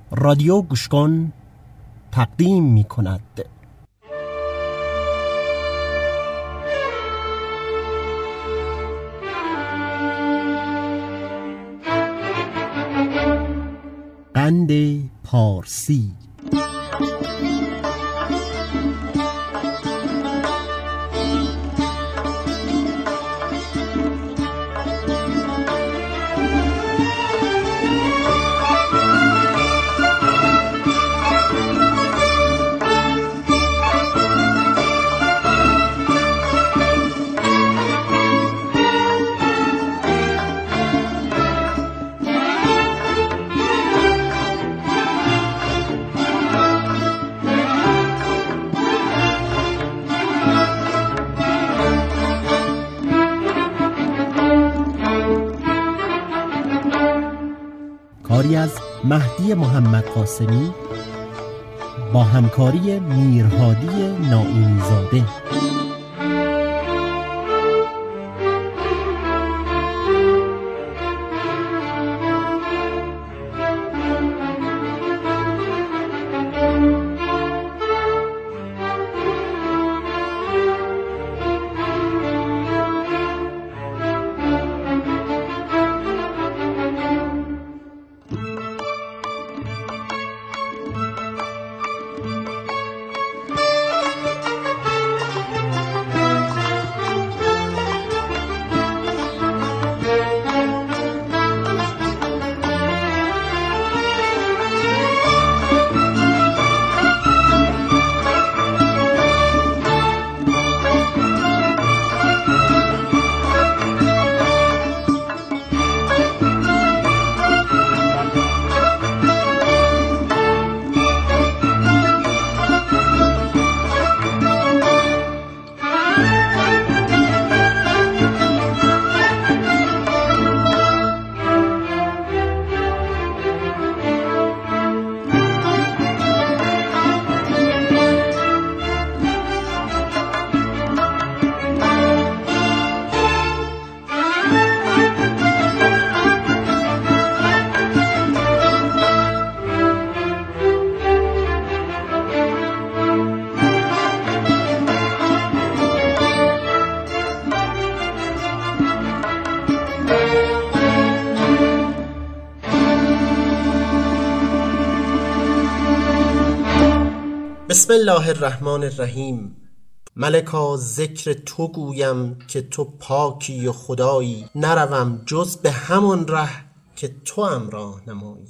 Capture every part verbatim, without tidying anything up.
رادیو گوش کن تقدیم می کند. قند پارسی. کاری از مهدی محمد قاسمی با همکاری میرهادی ناینی زاده. بسم الله الرحمن الرحیم. ملکا ذکر تو گویم که تو پاکی و خدایی، نروم جز به همان ره که تو هم راهنمایی.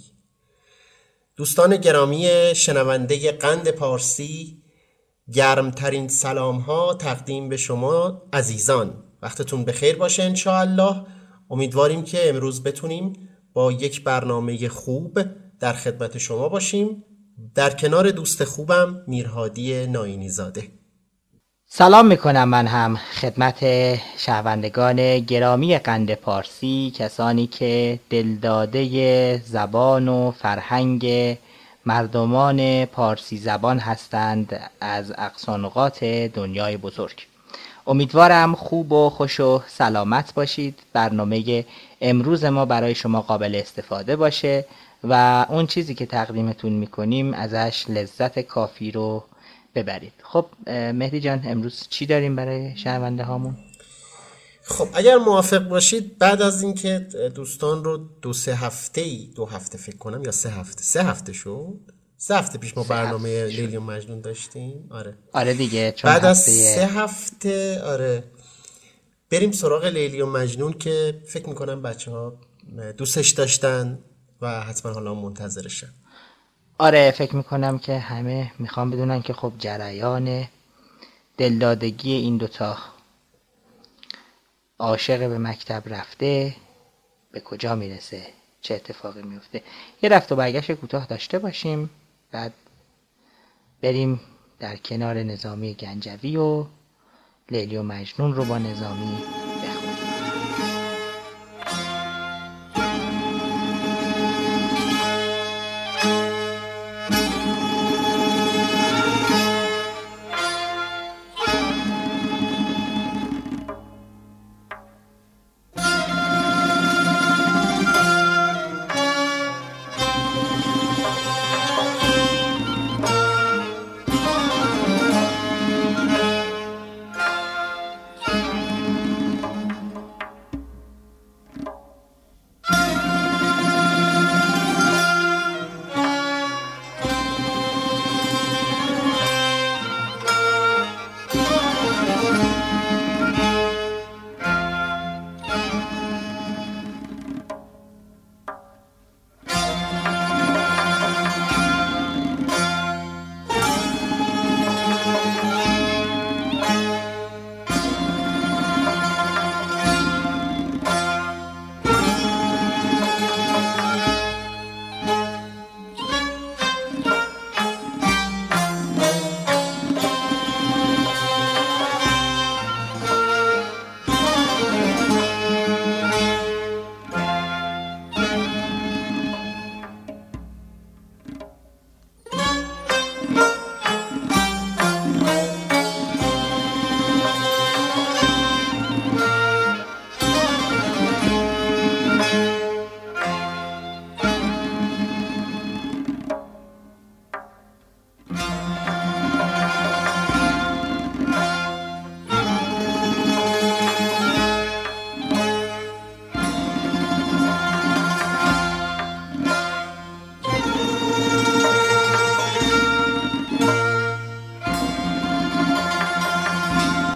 دوستان گرامی شنونده قند پارسی، گرمترین سلام ها تقدیم به شما عزیزان. وقتتون بخیر باشه انشاءالله. امیدواریم که امروز بتونیم با یک برنامه خوب در خدمت شما باشیم، در کنار دوست خوبم میرهادی ناینی زاده. سلام میکنم من هم خدمت شنوندگان گرامی قند پارسی، کسانی که دلداده زبان و فرهنگ مردمان پارسی زبان هستند از اقصانقاط دنیای بزرگ. امیدوارم خوب و خوش و سلامت باشید. برنامه امروز ما برای شما قابل استفاده باشه و اون چیزی که تقدیمتون میکنیم ازش لذت کافی رو ببرید. خب مهدی جان، امروز چی داریم برای شنونده هامون؟ خب اگر موافق باشید، بعد از اینکه دوستان رو دو سه هفته ای دو هفته فکر کنم یا سه هفته سه هفته شد سه هفته پیش ما برنامه لیلی و مجنون داشتیم. آره آره دیگه، چون بعد از هفته... سه هفته آره بریم سراغ لیلی و مجنون که فکر میکنم بچه ها دوستش داشتن و حتما حالا منتظرشن. آره فکر میکنم که همه میخوام بدونن که خب جریان دلدادگی این دوتا عاشق به مکتب رفته به کجا میرسه، چه اتفاقی میفته. یه رفت و برگشت کوتاه داشته باشیم، بعد بریم در کنار نظامی گنجوی و لیلی و مجنون رو با نظامی بخونیم.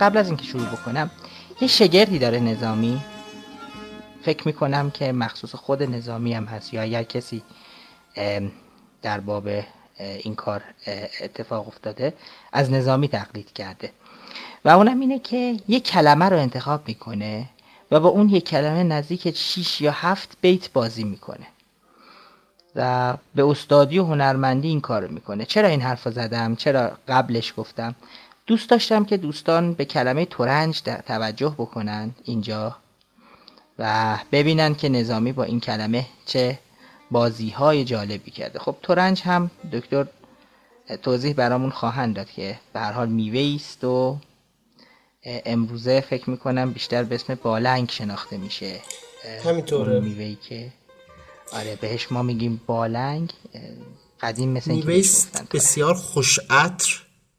قبل از اینکه شروع بکنم، یه شگردی داره نظامی، فکر میکنم که مخصوص خود نظامی هم هست یا اگر کسی در باب این کار اتفاق افتاده از نظامی تقلید کرده و اونم اینه که یک کلمه رو انتخاب میکنه و با اون یک کلمه نزدیک شش یا هفت بیت بازی میکنه و به استادی و هنرمندی این کار رو میکنه. چرا این حرف رو زدم؟ چرا قبلش گفتم؟ دوست داشتم که دوستان به کلمه ترنج توجه بکنن اینجا و ببینن که نظامی با این کلمه چه بازی های جالبی کرده. خب ترنج هم دکتر توضیح برامون خواهند داد که به هر حال میوه است و امروزه فکر میکنم بیشتر به اسم بالنگ شناخته میشه. همینطوره. میوهی که آره بهش ما میگیم بالنگ، قدیم مثل میوه است بسیار خوش عطر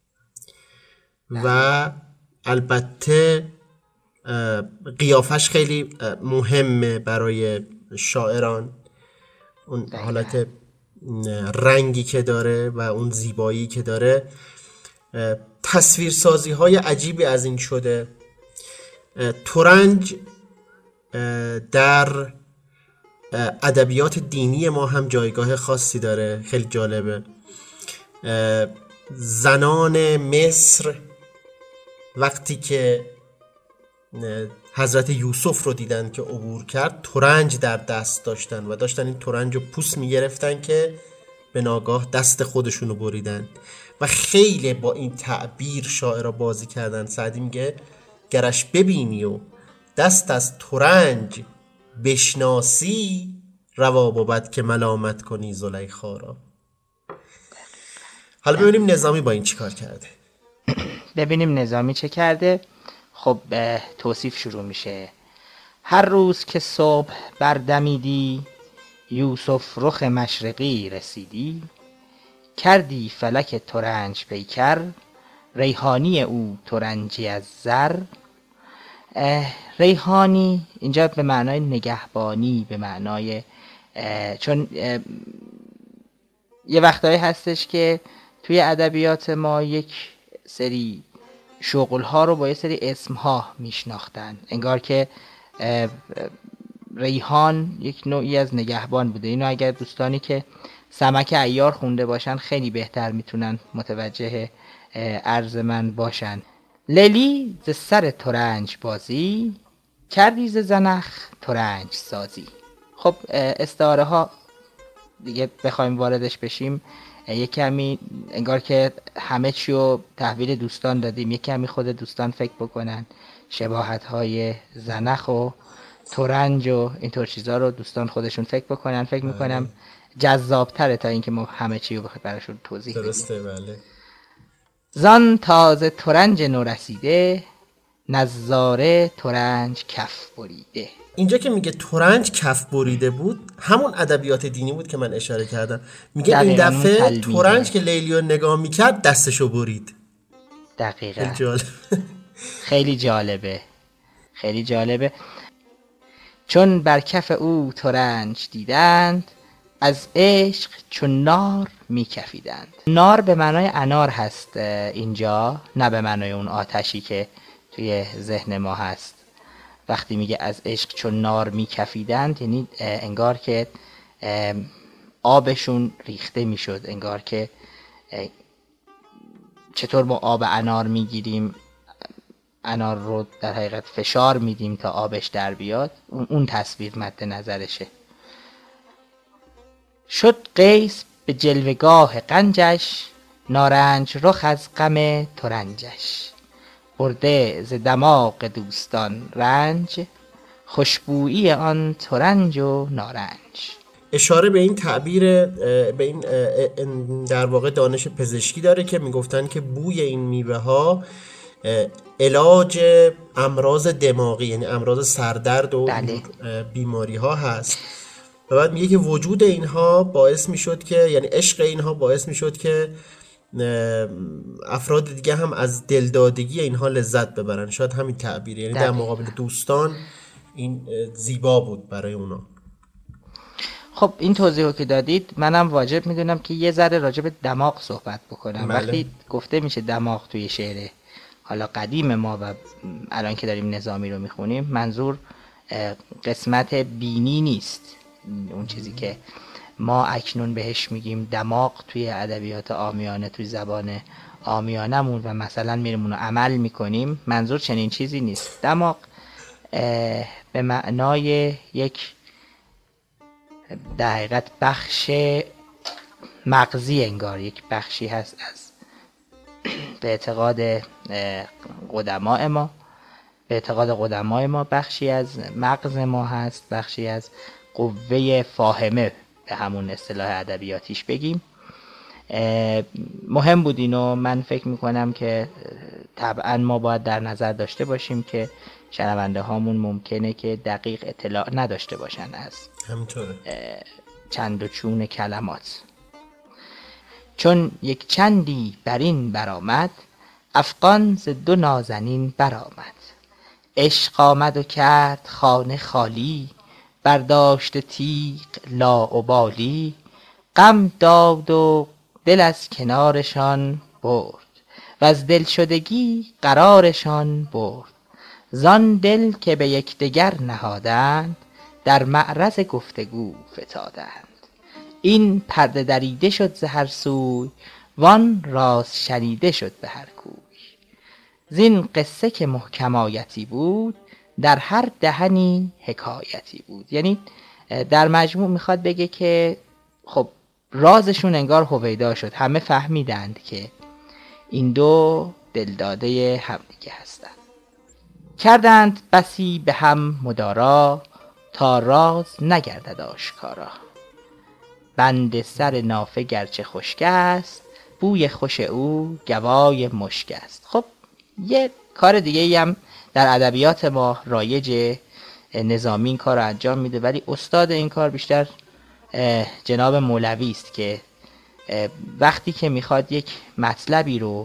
و البته قیافش خیلی مهمه برای شاعران، اون دقیقا. حالت رنگی که داره و اون زیبایی که داره، تصویرسازی های عجیبی از این شده. ترنج در ادبیات دینی ما هم جایگاه خاصی داره، خیلی جالبه. زنان مصر وقتی که حضرت یوسف رو دیدن که عبور کرد، ترنج در دست داشتن و داشتن این ترنج رو پوست میگرفتن که به ناگاه دست خودشون رو بریدن و خیلی با این تعبیر شاعرها بازی کردن. سعدی میگه گرش ببینی و دست از ترنج بشناسی، روا بود که ملامت کنی زلیخا را. حالا ببینیم نظامی با این چی کار کرده. ببینیم نظامی چه کرده. خب توصیف شروع میشه. هر روز که صبح بردمیدی، یوسف رخ مشرقی رسیدی، کردی فلک ترنج پیکر، ریحانی او ترنجی از زر. ریحانی اینجا به معنای نگهبانی، به معنای چون یه وقتایی هستش که توی ادبیات ما یک سری شغل‌ها رو با یه سری اسم‌ها میشناختن، انگار که ریحان یک نوعی از نگهبان بوده. اینو اگر دوستانی که سمک عیار خونده باشن خیلی بهتر میتونن متوجه عرض من باشن. لیلی ز سر ترنج بازی، کردی ز زنخ ترنج سازی. خب استعاره ها دیگه بخوایم واردش بشیم، یک کمی انگار که همه چی رو تحویل دوستان دادیم، یک کمی خود دوستان فکر بکنن، شباهت های زنخ و ترنج و اینطور چیزا رو دوستان خودشون فکر بکنن. فکر میکنم جذابتره تا اینکه ما همه چی رو بخوایم براشون توضیح بدیم. درسته. بله. زان تازه ترنج نورسیده، نظاره ترنج کف بریده. اینجا که میگه ترنج کف بریده بود، همون ادبیات دینی بود که من اشاره کردم. میگه این دفعه ترنج که لیلی رو نگاه میکرد دستشو برید. دقیقاً. خیلی جالب. خیلی جالبه. خیلی جالبه. چون بر کف او ترنج دیدند، از عشق چون نار میکفیدند. نار به معنای انار هست اینجا، نه به معنای اون آتشی که توی ذهن ما هست. وقتی میگه از عشق چون نار میکفیدند، یعنی انگار که آبشون ریخته میشد، انگار که چطور ما آب انار میگیریم، انار رو در حقیقت فشار میدیم تا آبش در بیاد، اون تصویر مد نظرشه. شد قیس به جلوگاه قنجش، نارنج رخ از غم ترنجش. برده ز دماغ دوستان رنج، خوشبویی آن ترنج و نارنج. اشاره به این تعبیر، به این در واقع دانش پزشکی داره که میگفتن که بوی این میوه ها علاج امراض دماغی، یعنی امراض سردرد و بیماری ها هست. و بعد میگه که وجود اینها باعث میشد که، یعنی عشق اینها باعث میشد که افراد دیگه هم از دلدادگی اینها لذت ببرن. شاید همین تعبیر، یعنی در مقابل دوستان این زیبا بود برای اونا. خب این توضیحو که دادید، منم واجب میدونم که یه ذره راجع به دماغ صحبت بکنم. بله. وقتی گفته میشه دماغ توی شعره، حالا قدیم ما و الان که داریم نظامی رو میخونیم، منظور قسمت بینی نیست، اون چیزی که ما اکنون بهش میگیم دماغ توی ادبیات عامیانه، توی زبان عامیانمون و مثلا میریم اونو عمل میکنیم، منظور چنین چیزی نیست. دماغ به معنای یک در حقیقت بخش مغزی انگار، یک بخشی هست از به اعتقاد قدماء ما به اعتقاد قدماء ما بخشی از مغز ما هست، بخشی از قوه فاهمه به همون اصطلاح ادبیاتیش بگیم. مهم بود اینو. من فکر میکنم که طبعا ما باید در نظر داشته باشیم که شنونده هامون ممکنه که دقیق اطلاع نداشته باشن از همینطوره چند و چون کلمات. چون یک چندی بر این برآمد، افغان ز دو نازنین برآمد. عشق آمد و کرد خانه خالی، برداشت تیغ لاابالی. غم داد و دل از کنارشان برد، و از دل شدگی قرارشان برد. زان دل که به یکدیگر نهادند، در معرض گفتگو فتادند. این پرده دریده شد ز هر سوی، وان راز شنیده شد به هر کوی. زین قصه که محکم آیتی بود، در هر دهنی حکایتی بود. یعنی در مجموع میخواد بگه که خب رازشون انگار هویدا شد، همه فهمیدند که این دو دلداده همدیگه هستند. کردند بسی به هم مدارا، تا راز نگردد آشکارا. بند سر نافه گرچه خشک است، بوی خوش او گوای مشک است. خب یه کار دیگه ای هم در ادبیات ما رایج، نظامی این کار رو انجام میده، ولی استاد این کار بیشتر جناب مولوی است که وقتی که میخواد یک مطلبی رو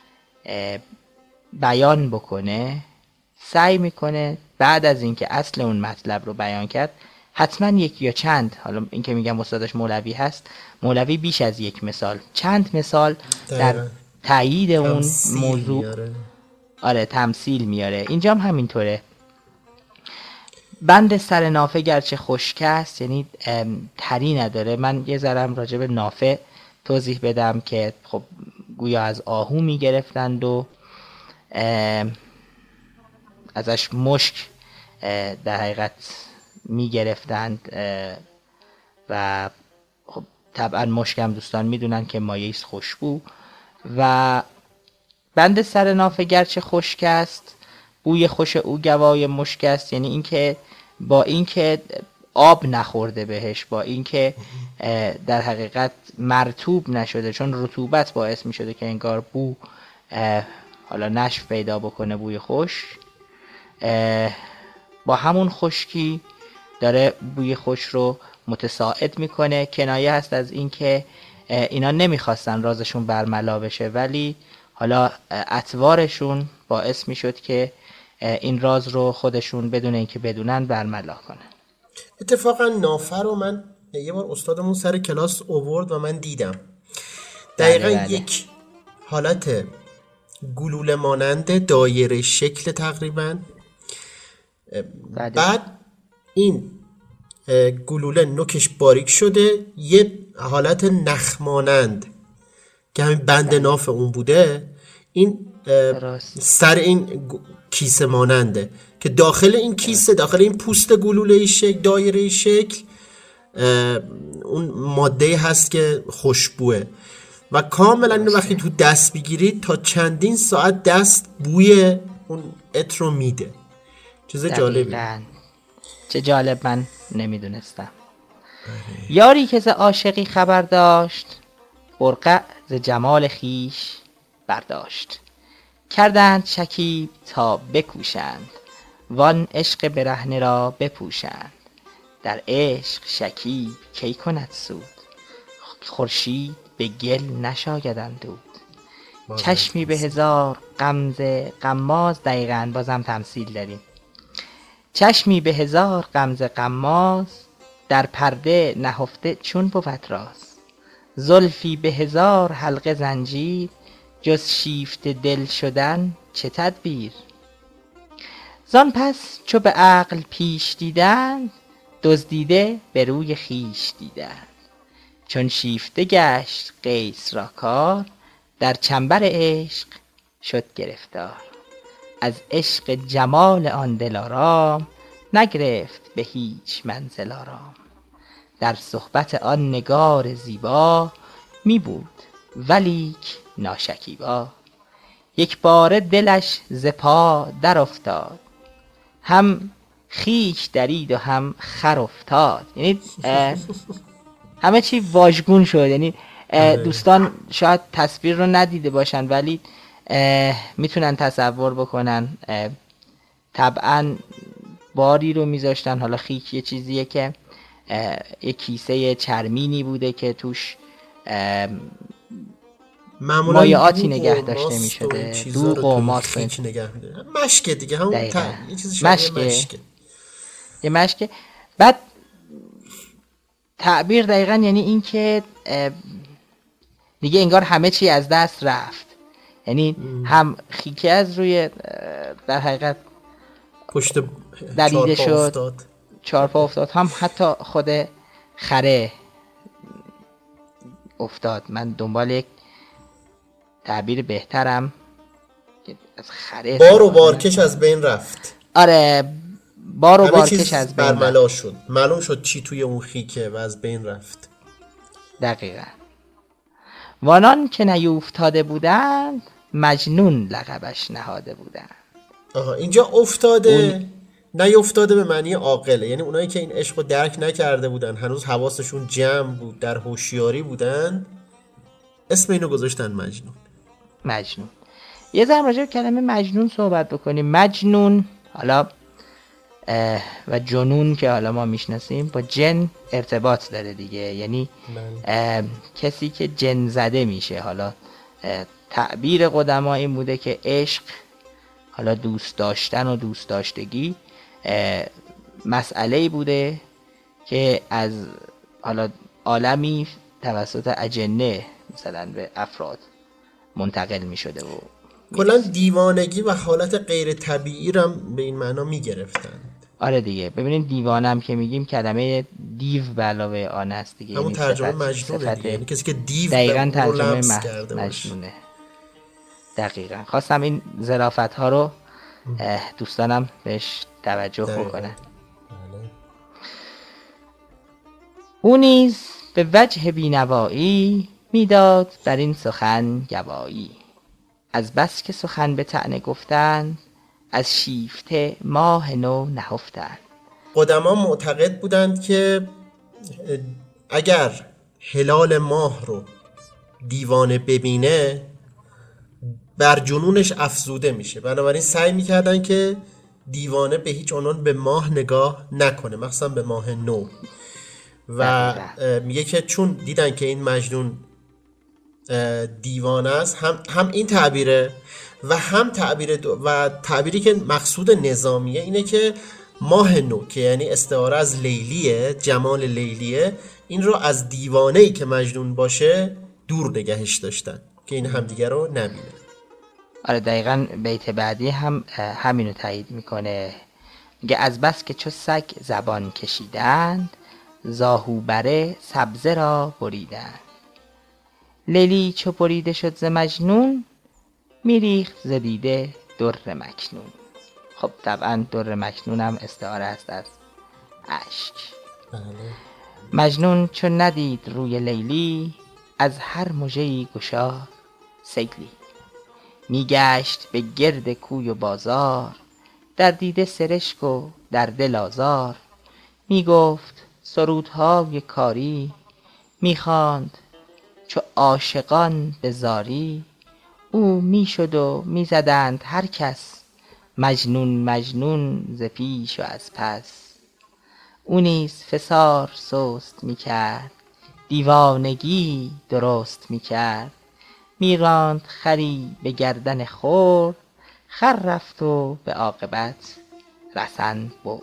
بیان بکنه، سعی میکنه بعد از اینکه اصل اون مطلب رو بیان کرد حتما یک یا چند، حالا این که میگم استادش مولوی هست، مولوی بیش از یک مثال، چند مثال در تایید اون موضوع میاره. آره تمثیل میاره. اینجا هم همینطوره. بند سر نافه گرچه خشک است، یعنی تری نداره. من یه ذرم راجع به نافه توضیح بدم که خب گویا از آهو میگرفتند و ازش مشک در حقیقت میگرفتند و خب طبعا مشک هم دوستان میدونن که مایه‌ایست خوشبو. و بند سر نافه گرچه خشک است، بوی خوش او گوای مشک است. یعنی اینکه با اینکه آب نخورده بهش، با اینکه در حقیقت مرطوب نشده، چون رطوبت باعث می شده که انگار بو حالا نشو پیدا بکنه، بوی خوش، با همون خشکی داره بوی خوش رو متساعد میکنه. کنایه هست از اینکه اینا نمیخواستن رازشون برملا بشه، ولی حالا اطوارشون باعث میشد که این راز رو خودشون بدون اینکه بدونن برملا کنن. اتفاقا نافه رو من یه بار استادمون سر کلاس آورد و من دیدم. دقیقا بله بله. یک حالت گلوله مانند دایره شکل تقریبا. بله. بعد این گلوله نوکش باریک شده، یه حالت نخ مانند که همین بند بله. ناف اون بوده. این سر این کیسه ماننده که داخل این کیسه، داخل این پوست گلوله شکل، دایره شکل، اون ماده هست که خوشبوه و کاملا اینو وقتی تو دست بگیرید تا چندین ساعت دست بوی اون عطر رو میده. چیز جالبی. چه جالب، من نمیدونستم. یاری که ز عاشقی خبر داشت، برقع ز جمال خیش برداشت. کردند شکیب تا بکوشند، وان عشق برهنه را بپوشند. در عشق شکیب کی کند سود، خورشید به گل نشاید اندود. چشمی به هزار غمزه غماز، دقیقاً بازم تمثیل داریم. چشمی به هزار غمزه غماز، در پرده نهفته چون بود راز. زلفی به هزار حلقه زنجیر، جز شیفته دل شدن چه تدبیر؟ زان پس چو به عقل پیش دیدند، دزدیده به روی خویش دیدند. چون شیفته گشت قیس را کار، در چنبر عشق شد گرفتار. از عشق جمال آن دلارام، نگرفت به هیچ منزل آرام. در صحبت آن نگار زیبا، می بود ولیک ناشکیبا. یک باره دلش ز پا در افتاد، هم خویش درید و هم خر افتاد. یعنی همه چی واژگون شد. یعنی دوستان شاید تصویر رو ندیده باشن ولی میتونن تصور بکنن. طبعا باری رو میذاشتن، حالا خیک یه چیزیه که یه کیسه چرمینی بوده که توش مایعاتی نگه داشته میشده، دوغ و ماست خیک نگه میداره. مشکه دیگه، همون تا... یه چیزی شبیه مشکه. مشکه یه مشکه. بعد تعبیر دقیقا یعنی این که دیگه انگار همه چی از دست رفت. یعنی ام. هم خیکه از روی در حقیقت پشت دریده شد، افتاد. چارپا افتاد، هم حتی خود خره افتاد. من دنبال یک تعبیر بهترم از خره. بار و بارکش از بین رفت. آره، بار و بارکش از بین برملا شد. معلوم شد چی توی اون خیکه و از بین رفت. دقیقا. وانان که نیوفتاده بودند، مجنون لقبش نهاده بودند. آها، اینجا افتاده اون... نیوفتاده به معنی عاقله. یعنی اونایی که این عشق رو درک نکرده بودن، هنوز حواسشون جمع بود، در هوشیاری بودن، اسم اینو گذاشتن مجنون. مجنون. یه ذره راجع به کلمه مجنون صحبت بکنیم. مجنون حالا و جنون که حالا ما میشناسیم با جن ارتباط داره دیگه. یعنی کسی که جن زده میشه. حالا تعبیر قدما این بوده که عشق، حالا دوست داشتن و دوست داشتگی مسئله‌ای بوده که از حالا عالمی توسط اجنه مثلا به افراد منتقل می شده و کلا دیوانگی و حالت غیر طبیعی رو به این معنا می گرفتن. آره دیگه. ببینید دیوانم که میگیم کلمه دیو به علاوه آن است دیگه. همون ترجمه مجنونه دیگه. یعنی کسی که دیو دقیقاً ترجمه مجنونه. دقیقاً. خواستم این ظرافت ها رو دوستانم بهش توجه بکنن. او نیز به وجه بینوایی، میداد بر این سخن گوایی. از بس که سخن به طعنه گفتند، از شیفته ماه نو نهفتند. قدما معتقد بودند که اگر هلال ماه رو دیوانه ببینه بر جنونش افزوده میشه. بنابراین سعی میکردن که دیوانه به هیچ عنوان به ماه نگاه نکنه، مخصوصا به ماه نو. و میگه که چون دیدن که این مجنون دیوانه است، هم هم این تعبیره و هم تعبیر دو و تعبیری که مقصود نظامیه اینه که ماه نو که یعنی استعاره از لیلیه، جمال لیلیه، این رو از دیوانه‌ای که مجنون باشه دور نگهش داشتن که این همدیگه رو نبینه. آره دقیقاً. بیت بعدی هم همینو تایید میکنه. میگه از بس که چو سگ زبان کشیدند، زاهو بره سبزه را بریدند. لیلی چو بریده شد ز مجنون، میریخت ز دیده در مکنون. خب طبعا در مکنون هم استعاره است از اشک. مجنون چون ندید روی لیلی، از هر مژه‌ای گشاد سیلی. میگشت به گرد کوی و بازار، در دیده سرشک و در دل آزار. میگفت سرودهای کاری، میخواند چو عاشقان به زاری. او میشد و میزدند هر کس، مجنون مجنون ز پیش و از پس. او نیز فسار سست میکرد، دیوانگی درست میکرد. میراند خری به گردن خورد، خر رفت و به عاقبت رسن برد.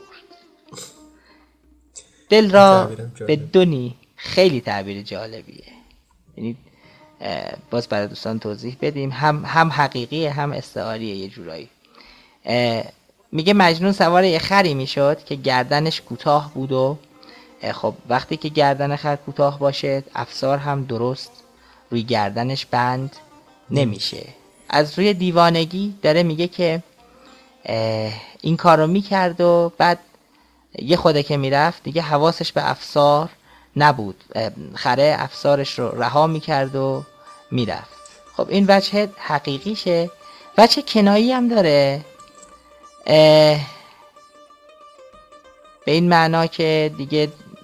دل را به دونی. خیلی تعبیر جالبیه. یعنی باز برای دوستان توضیح بدیم، هم هم حقیقیه هم استعاریه یه جورایی. میگه مجنون سوار یه خری میشد که گردنش کوتاه بود و خب وقتی که گردن خر کوتاه باشه افسار هم درست روی گردنش بند نمیشه. از روی دیوانگی داره میگه که این کارو میکرد و بعد یه خوده که میرفت دیگه حواسش به افسار نبود، خره افسارش رو رها میکرد و میرفت. خب این وجه حقیقیشه. وجه کنایی هم داره به این معنا که دیگه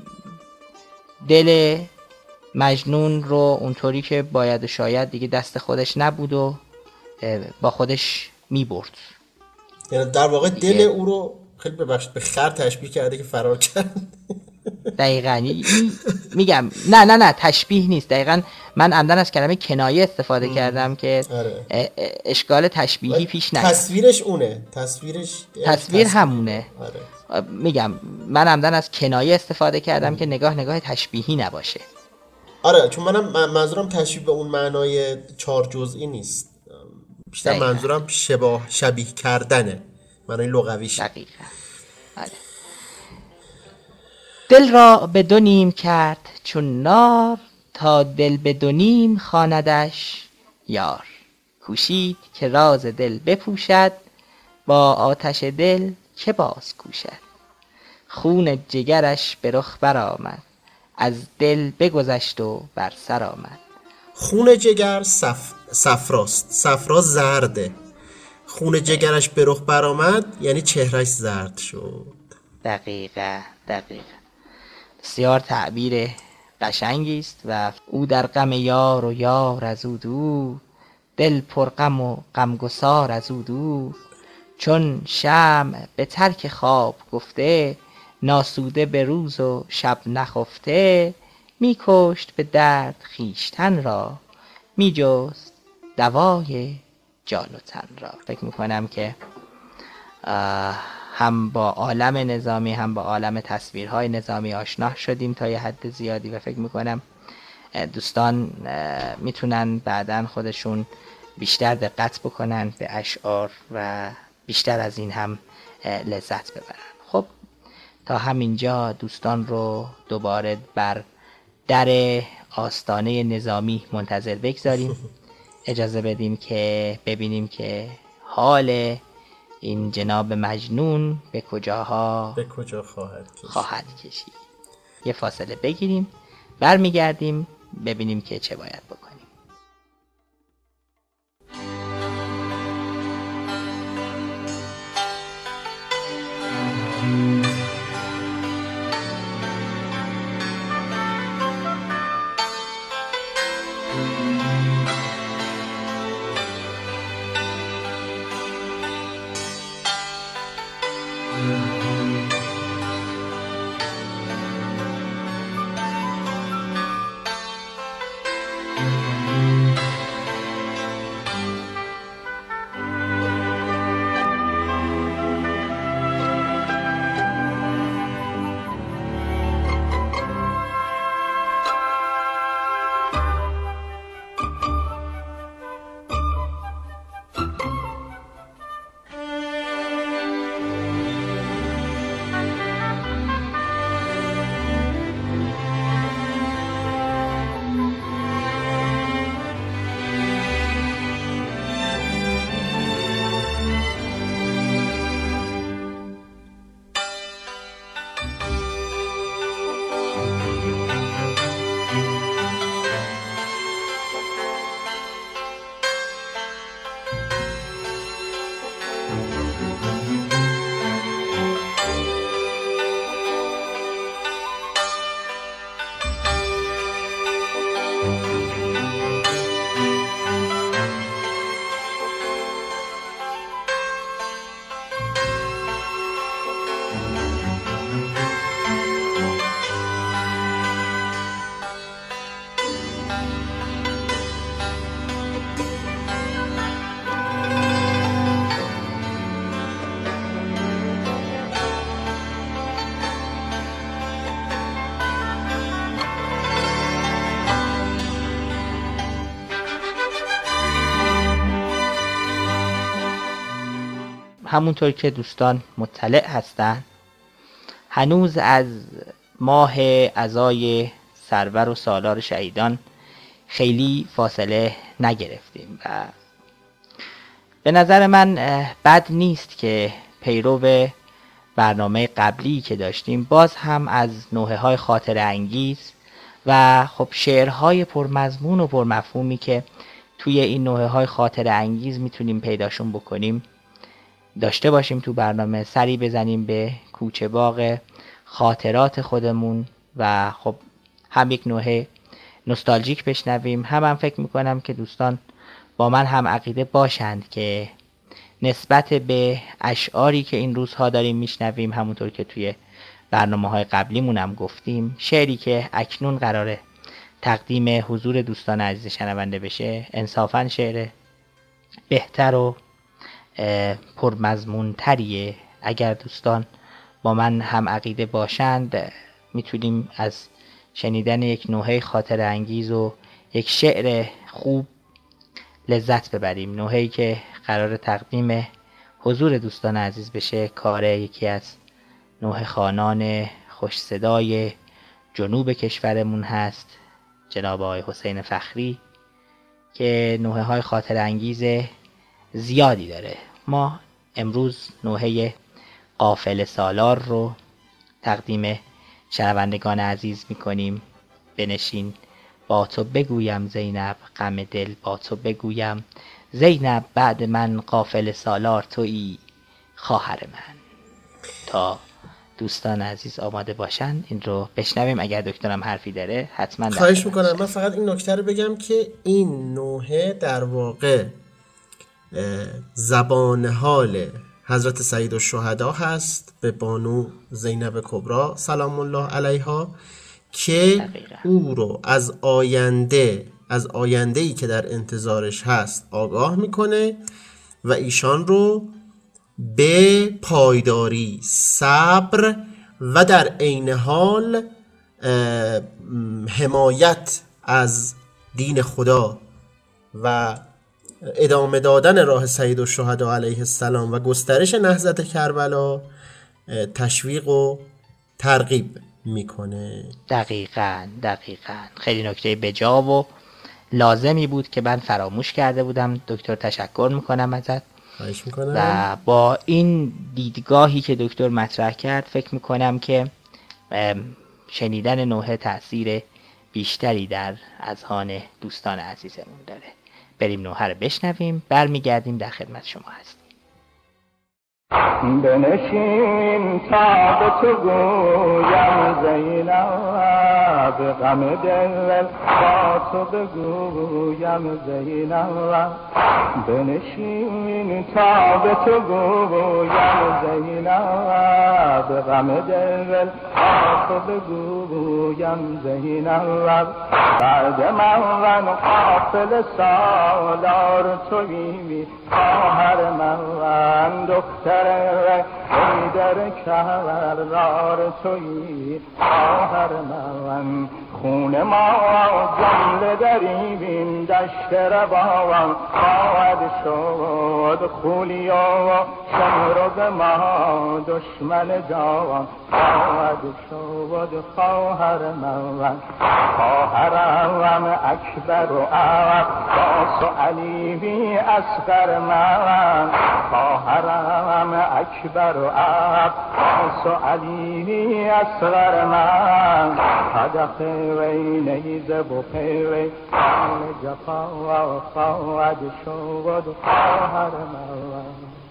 دل مجنون رو اونطوری که باید و شاید دیگه دست خودش نبود و با خودش میبرد. یعنی در واقع دل او رو خیلی ببخشید به خر تشبیه کرده که فرار کرد. دقیقاً میگم نه نه نه تشبیه نیست، دقیقاً من عمدن از کلمه کنایه استفاده کردم که آره. اشکال تشبیهی پیش نیاد. تصویرش اونه، تصویرش تصویر همونه. آره. میگم من عمدن از کنایه استفاده کردم ام. که نگاه نگاه تشبیهی نباشه. آره چون منم منظورم تشبیه به اون معنای چهار جزئی نیست، بیشتر دقیقا. منظورم شباه شبیه کردنه، معنای لغویش. دقیقاً. آره. دل را به دو نیم کرد چون نار، تا دل به دو نیم خواندش یار. کوشید که راز دل بپوشد، با آتش دل که باز کوشد. خون جگرش به رخ برآمد، از دل بگذشت و بر سر آمد. خون جگر صف... صفراست، صفرا زرده. خون جگرش به رخ برآمد یعنی چهرش زرد شد. دقیقه دقیقه بسیار تعبیر قشنگی است. و او در غم یار و یار از او دور، دل پر غم و غمگسار از او دور. چون شمع به ترک خواب گفته، ناسوده به روز و شب نخفته. می کشت به درد خویشتن را، می جست دوای جان و تن را. فکر میکنم که هم با عالم نظامی هم با عالم تصویرهای نظامی آشنا شدیم تا یه حد زیادی و فکر میکنم دوستان میتونن بعداً خودشون بیشتر دقت بکنن به اشعار و بیشتر از این هم لذت ببرن. خب تا همینجا دوستان رو دوباره بر در آستانه نظامی منتظر بگذاریم. اجازه بدیم که ببینیم که حال این جناب مجنون به کجاها به کجا خواهد کشید. خواهد کشید. یه فاصله بگیریم، برمیگردیم ببینیم که چه باید بکنیم. همونطور که دوستان مطلع هستن هنوز از ماه عزای سرور و سالار شهیدان خیلی فاصله نگرفتیم و به نظر من بد نیست که پیرو برنامه قبلی که داشتیم باز هم از نوحه های خاطر انگیز و خب شعرهای پرمضمون و پرمفهومی که توی این نوحه های خاطر انگیز میتونیم پیداشون بکنیم داشته باشیم تو برنامه، سری بزنیم به کوچه باغ خاطرات خودمون و خب هم یک نوحه نوستالژیک بشنویم، هم هم فکر میکنم که دوستان با من هم عقیده باشند که نسبت به اشعاری که این روزها داریم میشنویم، همونطور که توی برنامه های قبلیمون هم گفتیم، شعری که اکنون قراره تقدیم حضور دوستان عزیز شنونده بشه انصافاً شعر بهتر و پرمضمون تریه. اگر دوستان با من هم عقیده باشند میتونیم از شنیدن یک نوحه خاطر انگیز و یک شعر خوب لذت ببریم. نوحه‌ای که قرار تقدیم حضور دوستان عزیز بشه کار یکی از نوحه خوانان خوش صدای جنوب کشورمون هست، جناب آقای حسین فخری، که نوحه های خاطر انگیز زیادی داره. ما امروز نوحه قافله سالار رو تقدیم شنوندگان عزیز میکنیم. بنشین با تو بگویم زینب، غم دل با تو بگویم زینب، بعد من قافله سالار تویی خواهر من. تا دوستان عزیز آماده باشن این رو بشنویم. اگر دکترم حرفی داره حتما خواهش میکنم. من فقط این نکته رو بگم که این نوحه در واقع زبان حال حضرت سیدالشهدا هست به بانو زینب کبری سلام الله علیها که دقیقا. او رو از آینده از آینده‌ای که در انتظارش هست آگاه میکنه و ایشان رو به پایداری، صبر و در عین حال حمایت از دین خدا و ادامه دادن راه سیدالشهدا علیه السلام و گسترش نهضت کربلا تشویق و ترغیب میکنه. دقیقاً دقیقاً خیلی نکته بجا و لازمی بود که من فراموش کرده بودم. دکتر تشکر میکنم ازت. خواهش میکنم. و با این دیدگاهی که دکتر مطرح کرد فکر میکنم که شنیدن نوحه تأثیر بیشتری در اذهان دوستان عزیزمون داره. بریم نوحه رو بشنویم، برمیگردیم در خدمت شما هستیم. بنشین تا به تو گویم زینب، غم دل با تو بگویم زینب، بنشین تا به تو گویم زینب، غم دل با تو بگویم زینب، بعد من قافله سالار تویی خواهر من، دختر حیدر کرار تویی خواهر من، خون ما جمله دریم این دشت رباوان خواهد شد، خولی و شمرد ما دشمن جوان خواهد شد خواهر من، خواهرم اکبر و عباس و علی بی اصغر من، خواهرم اکبر و عباس و علی بی اصغر من، هدف وی نیزه و پیوی آن جفا و خواهد شد خواهر من.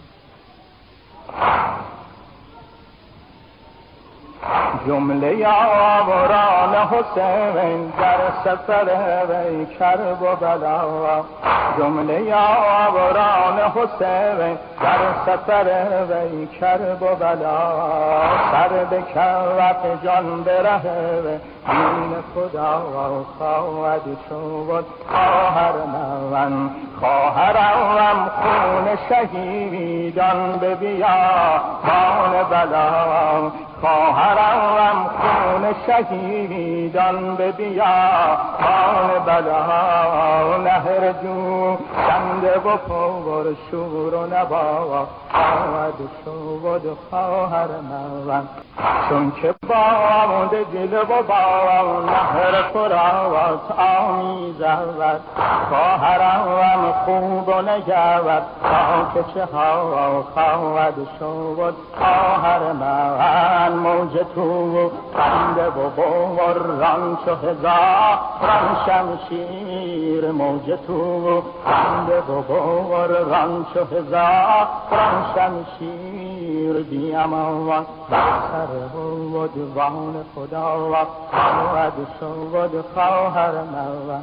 جمله یاوران حسین در سفر وی کرب و بلا، جمله یاوران حسین در سفر وی کرب و بلا، سر به کف جان بره دین خدا خواهد شد خواهر من، خواهرم خون شهیدان به بیابان بلا، خواهرم خون شهیدان به بیابان بلا، نهر جو کنده و پاور شور و نبا آمد شد خواهر من چون که باد دل و با نهر فرات آمیزد خواهرم خوب و نگود تا که چه ها خواهد شد خواهر من موج تو خنده و بوران چو هزاران شمشیر موج تو خنده و بوران چو هزاران شمشیر بیامان بر سر و دیوان خدا و خواهد شد خواهر من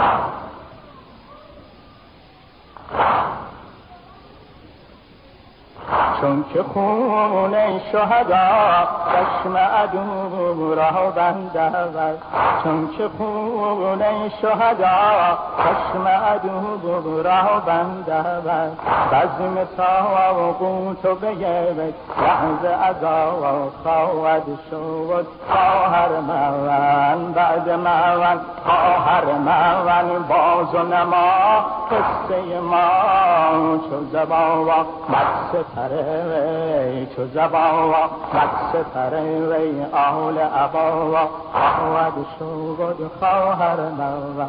چون که خون شهدا چشم عدو را بندد چون که خون شهدا چشم عدو را بندد بزم طاغوت و به یک لحظه عذاب خواهد شد خواهر من بعد من خواهر من باز و نما قصه ما چو زبان مد ستره وی چو زبان مد ستره وی آل عبا خواهد شد خواهر من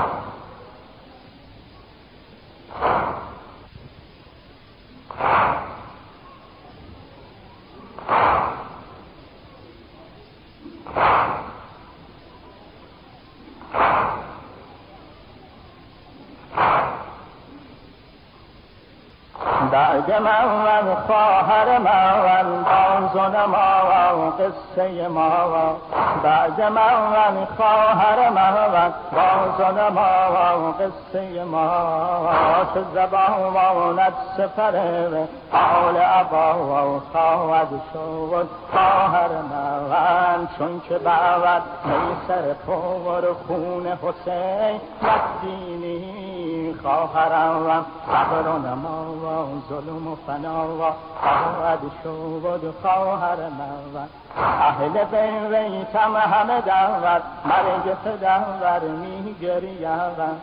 بعد من خواهر من باز و نما قصه ما بعد من خواهر من باز و نما قصه ما چه زبان ماند سپره آل عبا خواهد شد خواهر من چون که بعد میسر پور خون حسین مدینی خواهرم صبر و نما ظلم و فنا و خواهد شد خواهر من اهل بیتم همه دور مرگ پدر می گریم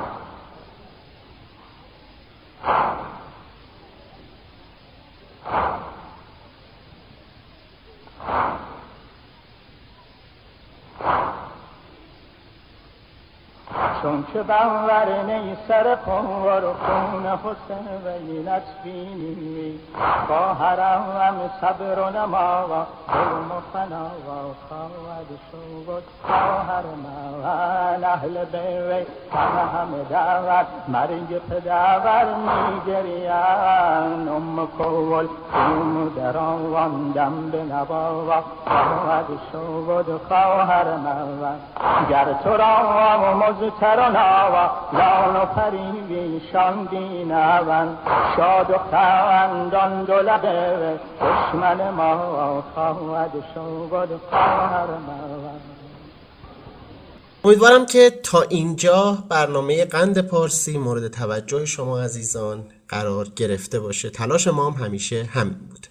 چون که بنور نی سر پور خون حسین وینت بینی خواهرم صبر و نما و ظلم و فنا و خواهد شد خواهر من اهل بیت همه همه دعوت مرگ پدر میگریم ام کول خون در آن دم به نبا و خواهد شد خواهر من گر تو را مزتر و ناوا لان و پریشان دینون شاد و خندان دو لبه دشمن ما خواهد شد خواهر من. امیدوارم که تا اینجا برنامه قند پارسی مورد توجه شما عزیزان قرار گرفته باشه. تلاش ما هم همیشه همین بود.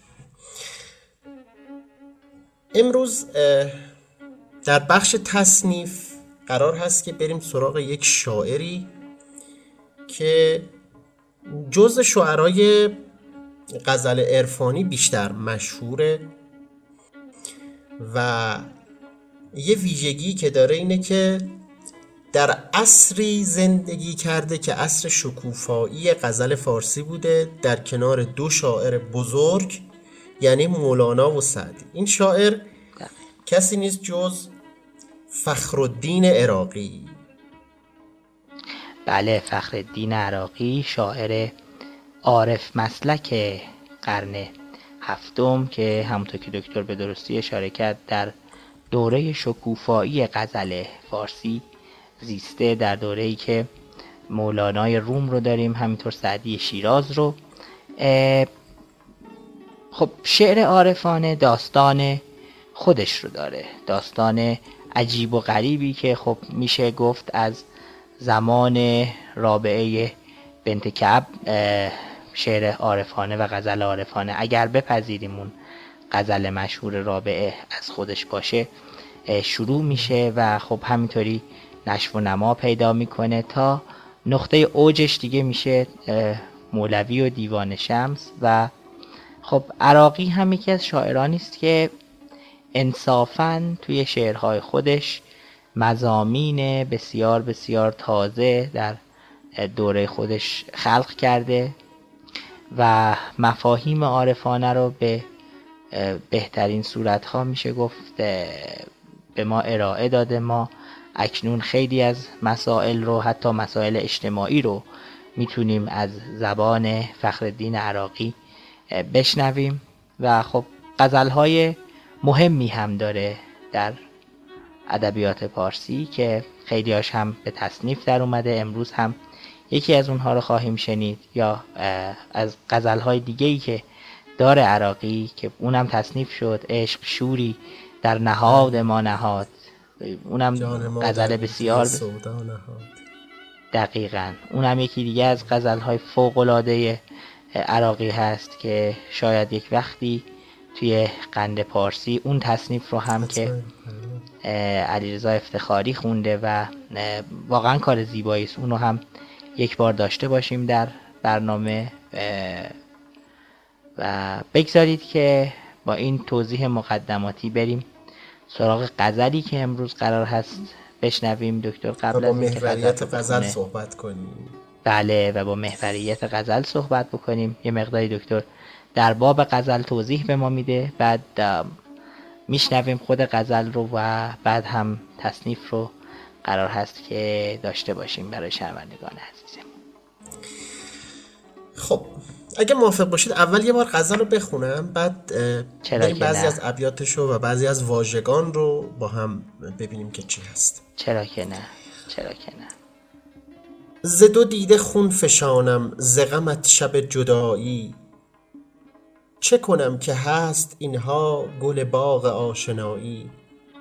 امروز در بخش تصنیف قرار هست که بریم سراغ یک شاعری که جزء شعرای غزل عرفانی بیشتر مشهوره و یه ویژگی که داره اینه که در عصری زندگی کرده که عصر شکوفایی غزل فارسی بوده در کنار دو شاعر بزرگ یعنی مولانا و سعدی. این شاعر کسی نیست جز فخرالدین عراقی. بله، فخرالدین عراقی شاعر عارف مسلک قرن هفتم که همونطور که دکتر به درستی اشاره کرد در دوره شکوفایی غزل فارسی زیسته، در دوره‌ای که مولانای روم رو داریم، همینطور سعدی شیراز رو. خب شعر عارفانه داستان خودش رو داره، داستان عجیب و غریبی که خب میشه گفت از زمان رابعه بنت کعب شعر عارفانه و غزل عارفانه، اگر بپذیریم اون غزل مشهور رابعه از خودش باشه، شروع میشه و خب همینطوری نشو و نما پیدا میکنه تا نقطه اوجش دیگه میشه مولوی و دیوان شمس. و خب عراقی هم یکی از شاعرانی است که انصافاً توی شعرهای خودش مضامین بسیار بسیار تازه در دوره خودش خلق کرده و مفاهیم عارفانه رو به بهترین صورتها میشه گفت به ما ارائه داده. ما اکنون خیلی از مسائل رو، حتی مسائل اجتماعی رو، میتونیم از زبان فخرالدین عراقی بشنویم. و خب غزلهای مهمی هم داره در ادبیات پارسی که خیلی هاش هم به تصنیف در اومده. امروز هم یکی از اونها رو خواهیم شنید، یا از غزلهای دیگه‌ای که داره عراقی که اونم تصنیف شد، عشق شوری در نهاد ما نهاد، اونم غزل بسیار دقیقاً اونم یکی دیگه از غزلهای فوق‌العاده عراقی هست که شاید یک وقتی توی قند پارسی اون تصنیف رو هم که علیرضا افتخاری خونده و واقعا کار زیبایی است، اون رو هم یک بار داشته باشیم در برنامه. و بگذارید که با این توضیح مقدماتی بریم سراغ غزلی که امروز قرار هست بشنویم. دکتر قبل از اینکه محوریت غزل صحبت کنیم، بله، و با محوریت غزل صحبت بکنیم، یه مقداری دکتر در باب غزل توضیح به ما میده، بعد میشنویم خود غزل رو و بعد هم تصنیف رو قرار هست که داشته باشیم برای شنوندگان عزیزم. خب اگه موافق باشید اول یه بار غزل رو بخونم، بعد بریم بعضی از ابیاتشو و بعضی از واژگان رو با هم ببینیم که چی هست. چرا که نه، چرا که نه. ز دو دیده خون فشانم ز غمت شب جدایی، چه کنم که هست اینها گل باغ آشنایی.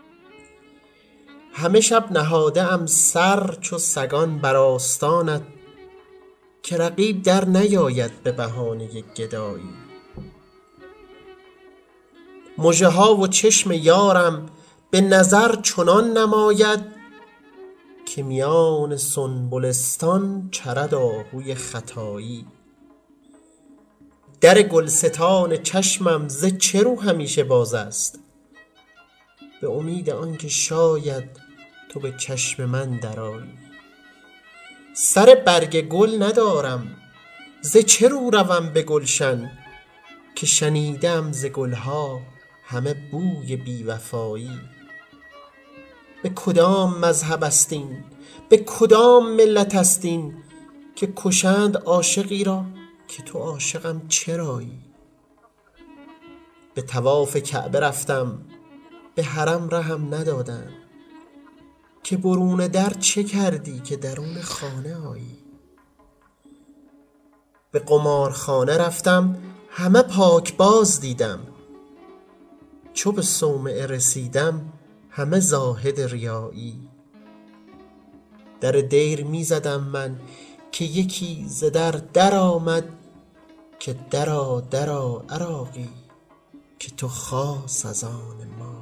همه شب نهاده ام سر چو سگان بر آستانت، که رقیب در نیاید به بهانه گدایی. مژه ها و چشم یارم به نظر چنان نماید، که میان سنبلستان چرد آهوی ختایی. در گلستان چشمم ز چه رو همیشه باز است، به امید آنکه شاید تو به چشم من درآیی. سر برگ گل ندارم ز چه رو روم به گلشن، که شنیدم ز گلها همه بوی بیوفایی. به کدام مذهب استین، به کدام ملت استین، که کشند عاشقی را که تو عاشقم چرایی. به طواف کعبه رفتم به حرم رهم ندادند، که برون در چه کردی که درون خانه آیی. به قمارخانه رفتم همه پاک باز دیدم، چو به صومعه رسیدم همه زاهد ریایی. در دیر می زدم من که یکی ز در در آمد، که درا درا عراقی که تو خاص از آن مایی.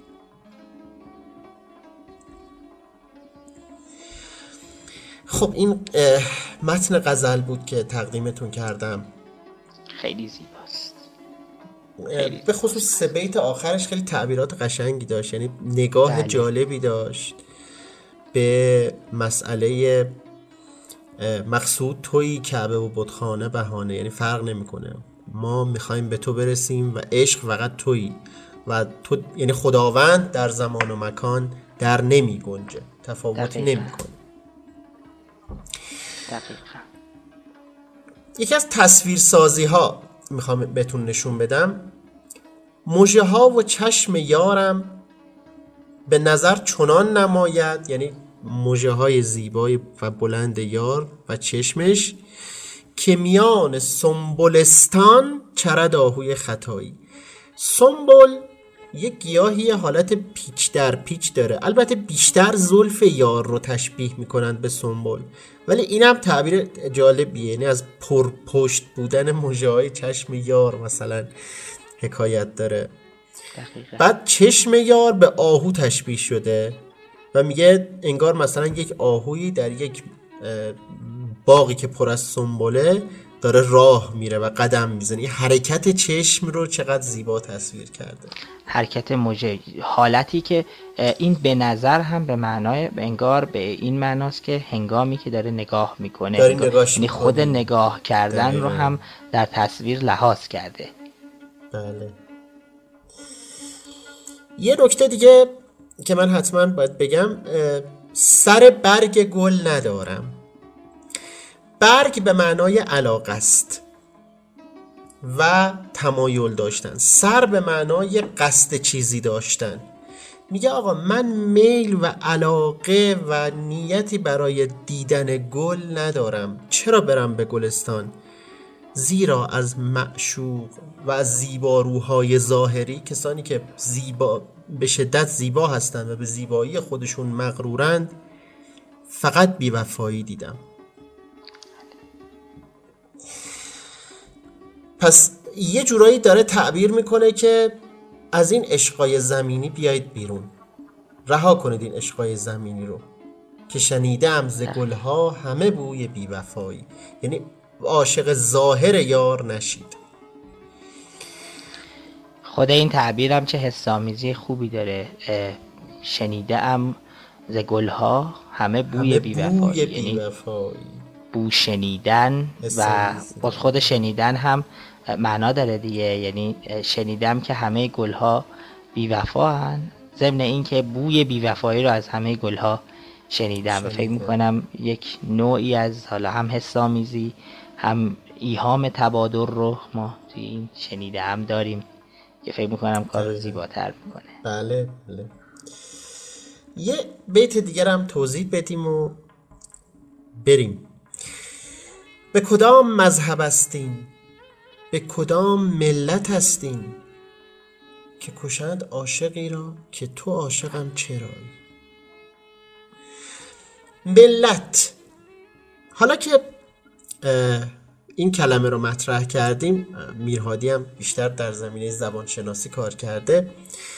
خب این متن غزل بود که تقدیمتون کردم. خیلی زیباست. به خصوص سه بیت آخرش خیلی تعبیرات قشنگی داشت، یعنی نگاه بله. جالبی داشت به مسئله مقصود تویی کعبه و بتخانه بهانه، یعنی فرق نمیکنه، ما میخوایم به تو برسیم و عشق فقط تویی و تو، یعنی خداوند در زمان و مکان در نمی گنجه، تفاوتی نمی کنه. دقیقا. یکی از تصویرسازی ها میخوام بهتون نشون بدم. مژه ها و چشم یارم به نظر چنان نماید، یعنی مژه های زیبای و بلند یار و چشمش، که میان سنبلستان چرد آهوی ختایی. سنبل یک گیاهی حالت پیچ در پیچ داره، البته بیشتر زلف یار رو تشبیه میکنند به سنبل، ولی این هم تعبیر جالبیه، یعنی از پرپشت بودن مژه های چشم یار مثلا حکایت داره. دقیقا. بعد چشم یار به آهو تشبیه شده و میگه انگار مثلا یک آهویی در یک باغی که پر از سنبله داره راه میره و قدم میزنه. این حرکت چشم رو چقدر زیبا تصویر کرده، حرکت موجه، حالتی که این به نظر هم به معنای انگار به این معناست که هنگامی که داره نگاه میکنه، یعنی خود نگاه کردن دقیقا. رو هم در تصویر لحاظ کرده. بله. یه نکته دیگه که من حتما باید بگم، سر برگ گل ندارم. برگ به معنای علاقه است و تمایل داشتن، سر به معنای قصد چیزی داشتن. میگه آقا من میل و علاقه و نیتی برای دیدن گل ندارم، چرا برم به گلستان؟ زیرا از معشوق و از زیباروهای ظاهری، کسانی که زیبا به شدت زیبا هستند و به زیبایی خودشون مغرورند، فقط بی‌وفایی دیدم. پس یه جورایی داره تعبیر میکنه که از این عشقای زمینی بیایید بیرون، رها کنید این عشقای زمینی رو که شنیدم ز گلها همه بوی بی‌وفایی. یعنی عاشق ظاهر یار نشید. خود این تعبیرم چه حسامیزی خوبی داره. شنیدم ز گلها همه بوی بی‌وفایی، یعنی بو شنیدن و باز خود شنیدن هم معنا داره دیگه. یعنی شنیدم که همه گلها بی‌وفا هن، ضمن این که بوی بی‌وفایی رو از همه گلها شنیدم و فکر میکنم یک نوعی از حالا هم حسامیزی هم ایهام تبادر رو ما توی این شنیده هم داریم که فکر میکنم کار رو زیباتر میکنه. بله بله. یه بیت دیگر هم توضیح بدیم و بریم. به کدام مذهب هستین، به کدام ملت هستین، که کشند عاشقی را که تو عاشقم چرایی. ملت، حالا که این کلمه رو مطرح کردیم، میرهادی هم بیشتر در زمینه زبان شناسی کار کرده،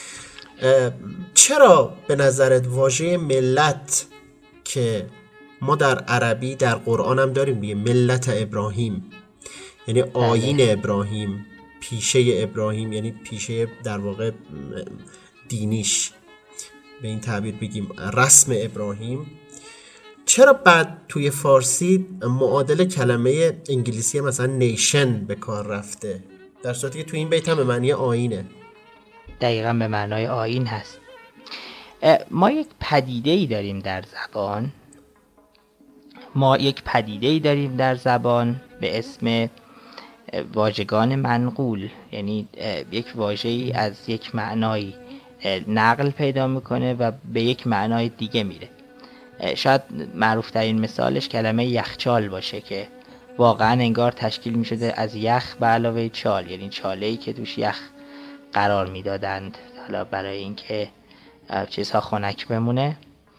چرا به نظرت واژه ملت که ما در عربی در قرآن هم داریم دیگه، ملت ابراهیم یعنی آیین ابراهیم، پیشه ابراهیم یعنی پیشه در واقع دینیش، به این تعبیر بگیم رسم ابراهیم، چرا بعد توی فارسی معادل کلمه انگلیسی مثلا نیشن به کار رفته، در صورتی که توی این بیت هم به معنی آیینه؟ دقیقاً به معنای آیین هست. ما یک پدیده‌ای داریم در زبان ما یک پدیده‌ای داریم در زبان به اسم واژگان منقول، یعنی یک واژه‌ای از یک معنایی نقل پیدا میکنه و به یک معنای دیگه میره. شاید معروف ترین مثالش کلمه یخچال باشه که واقعا انگار تشکیل میشده از یخ به علاوه چال، یعنی چاله‌ای که توش یخ قرار میدادند حالا برای اینکه چیزها خنک بمونه.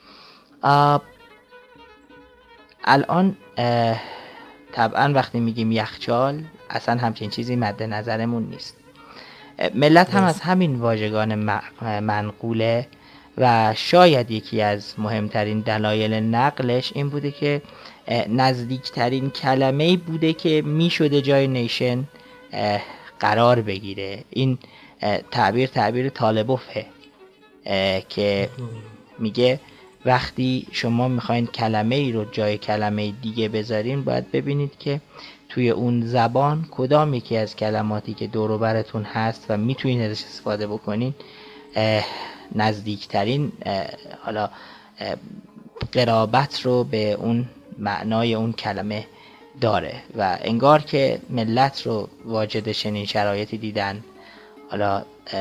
الان طبعا وقتی میگیم یخچال اصلا همچین چیزی مد نظرمون نیست. ملت هم از همین واژگان منقوله و شاید یکی از مهمترین دلایل نقلش این بوده که نزدیکترین کلمه‌ای بوده که میشده جای نیشن قرار بگیره. این تعبیر تعبیر طالبوفه که میگه وقتی شما میخواین کلمه ای رو جای کلمه دیگه بذارین باید ببینید که توی اون زبان کدام یکی از کلماتی که دور و براتون هست و میتونین ازش استفاده بکنین نزدیکترین حالا قرابت رو به اون معنای اون کلمه داره و انگار که ملت رو واجد چنین شرایطی دیدن. حالا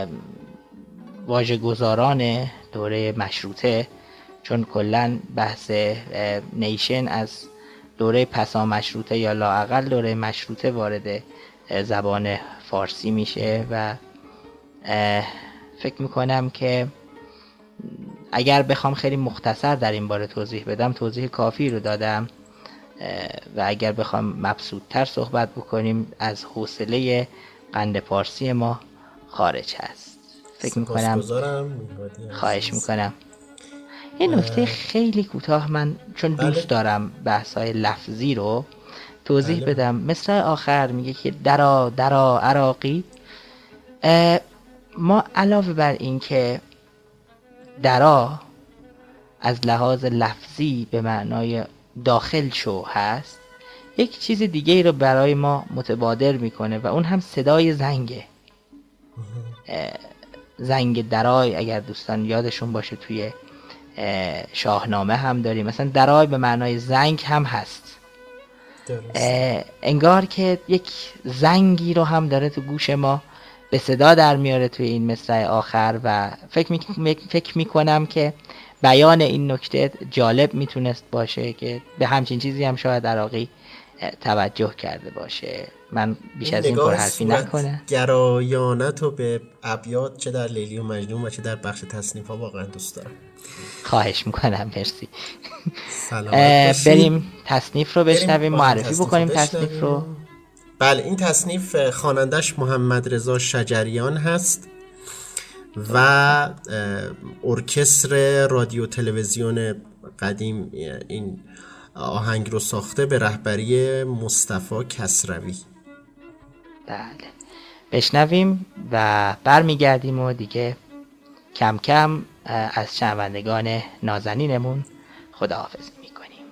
واژه‌گذاران دوره مشروطه، چون کلن بحث نیشن از دوره پسا مشروطه یا لااقل دوره مشروطه وارد زبان فارسی میشه و فکر میکنم که اگر بخوام خیلی مختصر در این باره توضیح بدم توضیح کافی رو دادم و اگر بخوام مبسوط‌تر صحبت بکنیم از حوصله قند پارسی ما خارج هست. فکر میکنم خواهش میکنم یه نکته خیلی کوتاه من چون بله. دوست دارم بحث‌های لفظی رو توضیح بله. بدم. مثل آخر میگه که درا درا عراقی، ما علاوه بر این که درا از لحاظ لفظی به معنای داخل شو هست، یک چیز دیگه ای رو برای ما متبادر میکنه و اون هم صدای زنگه. زنگ درای اگر دوستان یادشون باشه توی شاهنامه هم داریم، مثلا درای به معنای زنگ هم هست. انگار که یک زنگی رو هم داره تو گوش ما به صدا در میاره توی این مصرع آخر و فکر می... فکر میکنم که بیان این نکته جالب میتونست باشه که به همچین چیزی هم شاید عراقی توجه کرده باشه. من بیش از این پرحرفی نکنه. گرایانت رو به ابیات چه در لیلی و مجنون و چه در بخش تصنیف ها واقعا دوست دارم. خواهش میکنم، مرسی. بریم تصنیف رو بشنویم، معرفی بکنیم تصنیف رو. بله، این تصنیف خوانندش محمد رضا شجریان هست و ارکستر رادیو تلویزیون قدیم این آهنگ رو ساخته به رهبری مصطفی کسروی. بله، بشنویم و برمیگردیم و دیگه کم کم از شنوندگان نازنینمون خداحافظی میکنیم.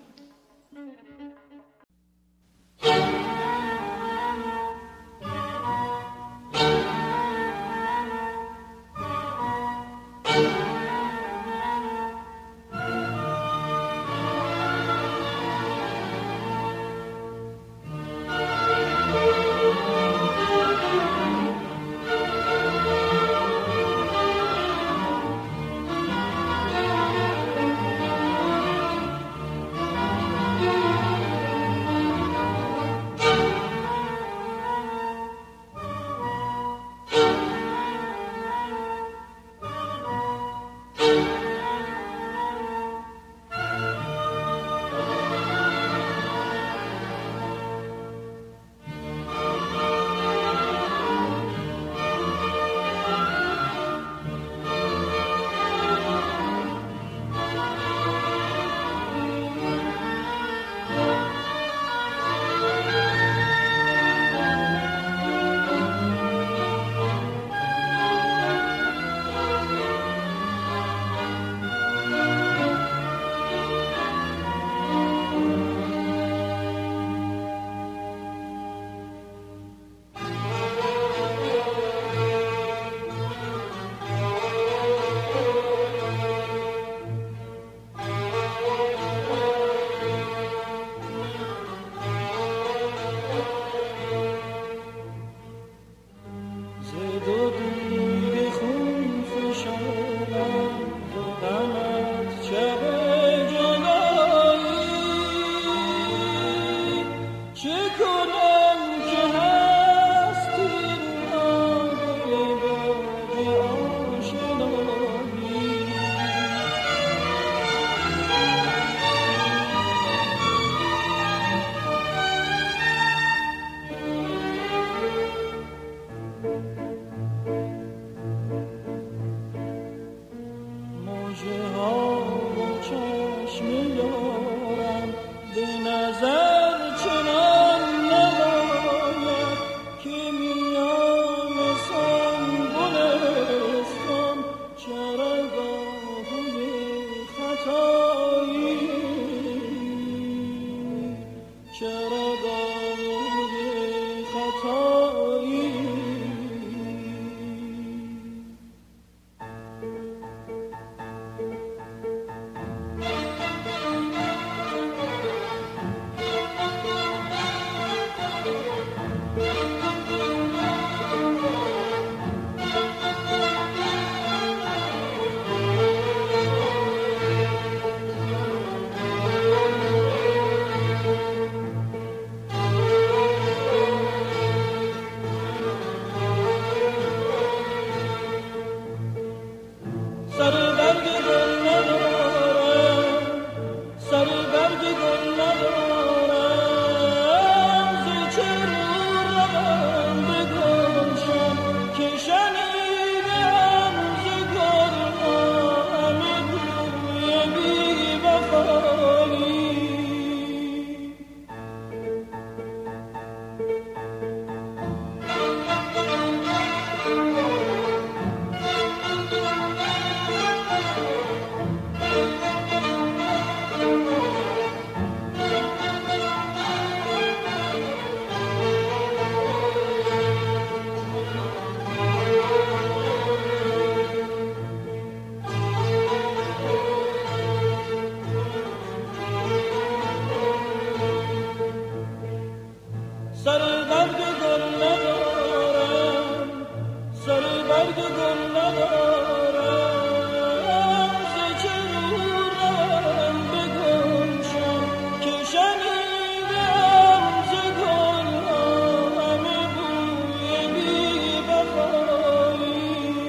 سر برگ گل ندارم، سر برگ گل ندارم، زکه رو روم بگنشم که شنیدم ز گل ها همه بوی بی وفایی.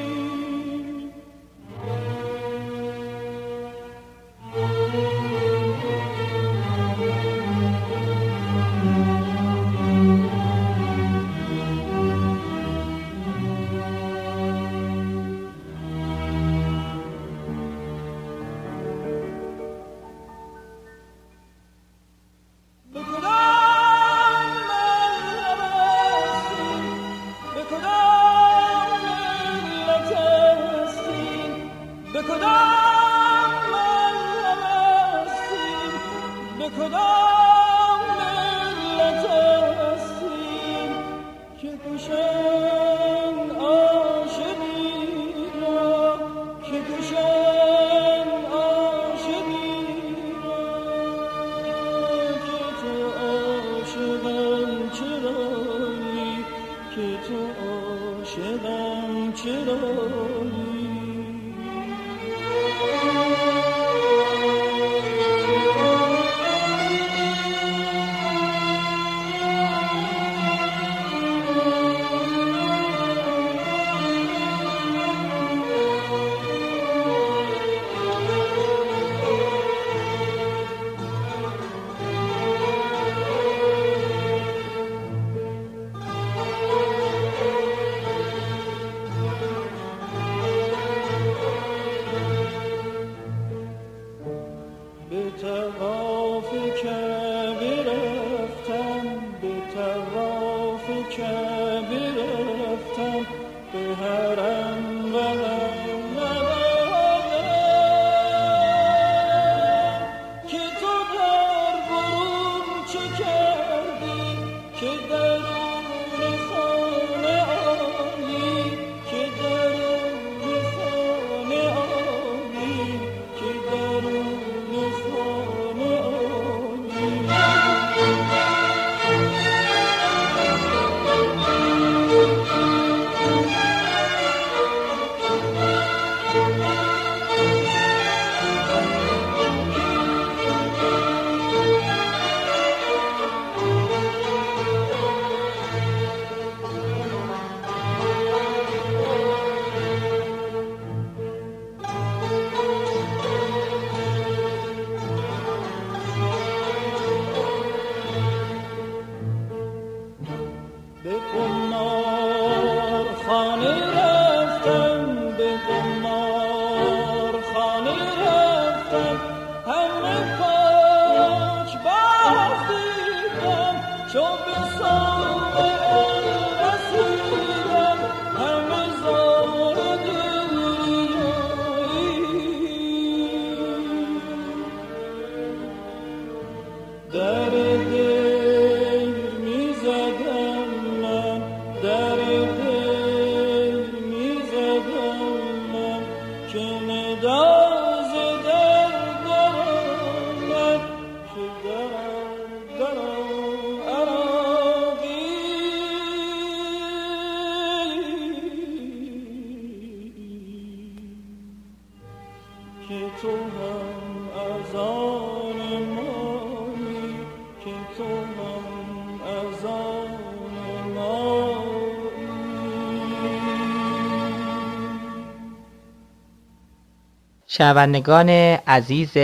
شنوندگان عزیز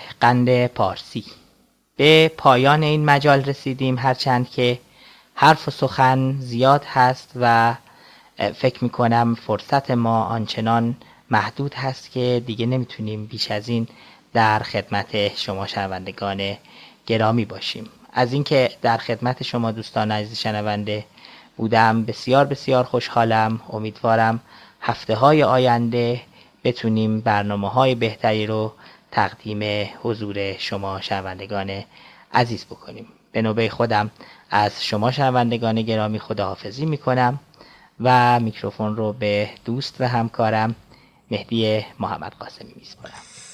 قند پارسی، به پایان این مجال رسیدیم، هرچند که حرف و سخن زیاد هست و فکر می کنم فرصت ما آنچنان محدود هست که دیگه نمیتونیم بیش از این در خدمت شما شنوندگان گرامی باشیم. از اینکه در خدمت شما دوستان عزیز شنونده بودم بسیار بسیار خوشحالم. امیدوارم هفته های آینده بتونیم برنامه های بهتری رو تقدیم حضور شما شنوندگان عزیز بکنیم. به نوبه خودم از شما شنوندگان گرامی خداحافظی میکنم و میکروفون رو به دوست و همکارم مهدی محمد قاسمی میسپارم.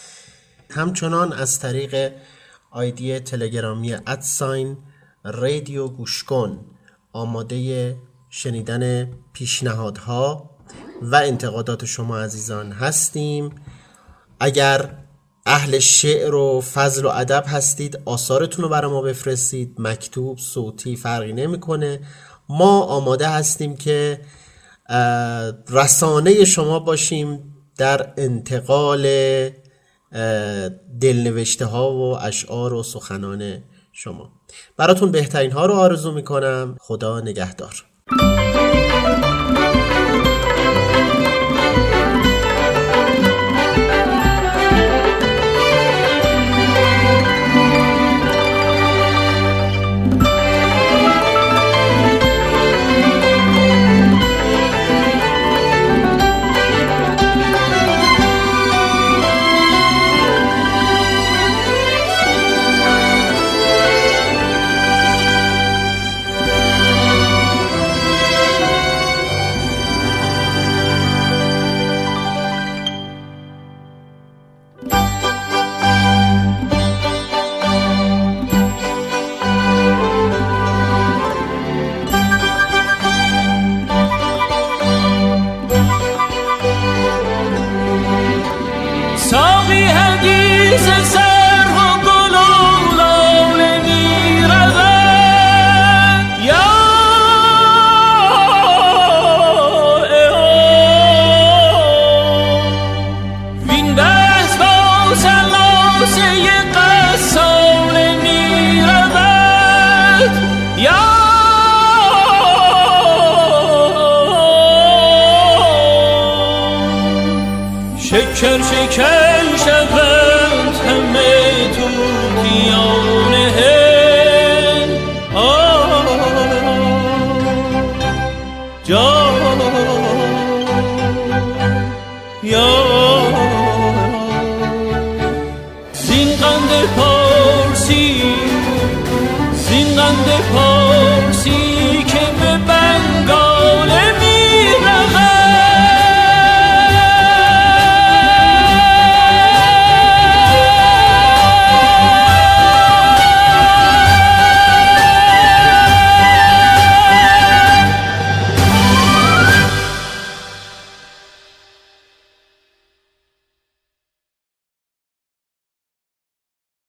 همچنان از طریق آیدی تلگرامی ادساین رادیو گوش کن آماده شنیدن پیشنهادها و انتقادات شما عزیزان هستیم. اگر اهل شعر و فضل و ادب هستید آثارتون رو برای ما بفرستید، مکتوب، صوتی فرقی نمیکنه. ما آماده هستیم که رسانه شما باشیم در انتقال دلنوشته ها و اشعار و سخنان شما. براتون بهترین ها رو آرزو میکنم. خدا نگهدار. شکر شکر شود همه طوطیان هند جا یا زین قند پارسی زین قند پارسی